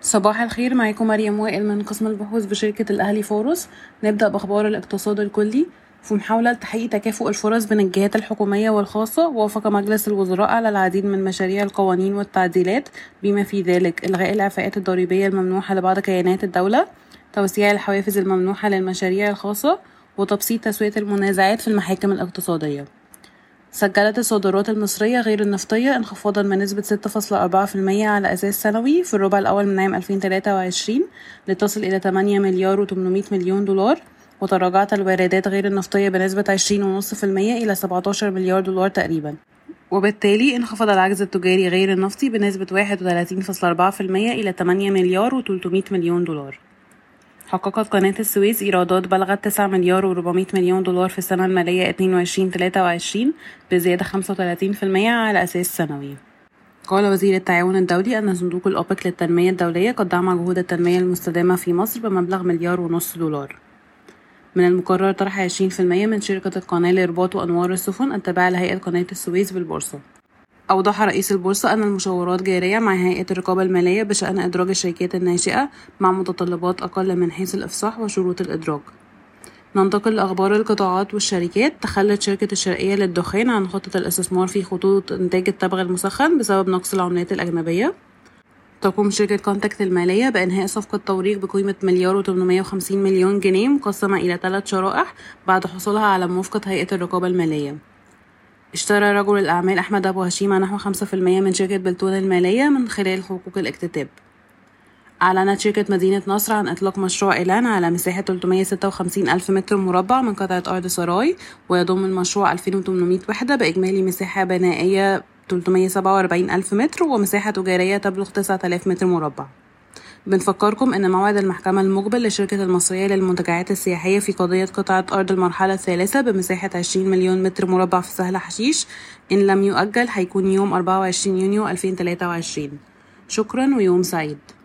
صباح الخير، معاكم مريم وائل من قسم البحوث بشركة الأهلي فورس. نبدأ بأخبار الاقتصاد الكلي. في محاولة لتحقيق تكافؤ الفرص بين الجهات الحكومية والخاصة، وافق مجلس الوزراء على العديد من مشاريع القوانين والتعديلات، بما في ذلك إلغاء الإعفاءات الضريبية الممنوحة لبعض كيانات الدولة، توسيع الحوافز الممنوحة للمشاريع الخاصة، وتبسيط تسوية المنازعات في المحاكم الاقتصادية. سجلت الصادرات المصرية غير النفطية انخفاضا من نسبة 6.4% على أساس سنوي في الربع الأول من عام 2023 لتصل إلى 8 مليار و800 مليون دولار، وتراجعت الواردات غير النفطية بنسبة 20.5% إلى 17 مليار دولار تقريبا، وبالتالي انخفض العجز التجاري غير النفطي بنسبة 31.4% إلى 8 مليار و300 مليون دولار. حققت قناة السويس إيرادات بلغت 9 مليار و400 مليون دولار في السنة المالية 22-23 بزيادة 35% على أساس سنوي. قال وزير التعاون الدولي أن صندوق الأوبك للتنمية الدولية قد دعم جهود التنمية المستدامة في مصر بمبلغ 1.5 مليار دولار. من المقرر طرح 20% من شركة القناة لإرباط وأنوار السفن التابعة لهيئة قناة السويس بالبورصة. أوضح رئيس البورصة أن المشاورات جارية مع هيئة الرقابة المالية بشأن إدراج الشركات الناشئة مع متطلبات أقل من حيث الإفصاح وشروط الإدراج. ننتقل لأخبار القطاعات والشركات. تخلت شركة الشرقية للدخان عن خطة الاستثمار في خطوط إنتاج التبغ المسخن بسبب نقص العملات الأجنبية. تقوم شركة كونتاكت المالية بإنهاء صفقة توريق بقيمة 1.850 مليون جنيه مقسمة إلى 3 شرائح بعد حصولها على موافقة هيئة الرقابة المالية. اشترى رجل الأعمال أحمد أبو هشيمة نحو 5% من شركة بلتون المالية من خلال حقوق الاكتتاب. أعلنت شركة مدينة نصر عن إطلاق مشروع إعلان على مساحة 356 ألف متر مربع من قطعة أرض سراي، ويضم المشروع 2800 وحدة بإجمالي مساحة بنائية 347 ألف متر ومساحة تجارية تبلغ 9000 متر مربع. بنفكركم أن موعد المحكمة المقبل للشركة المصرية للمنتجعات السياحية في قضية قطعة أرض المرحلة الثالثة بمساحة 20 مليون متر مربع في سهل حشيش إن لم يؤجل هيكون يوم 24 يونيو 2023. شكرا ويوم سعيد.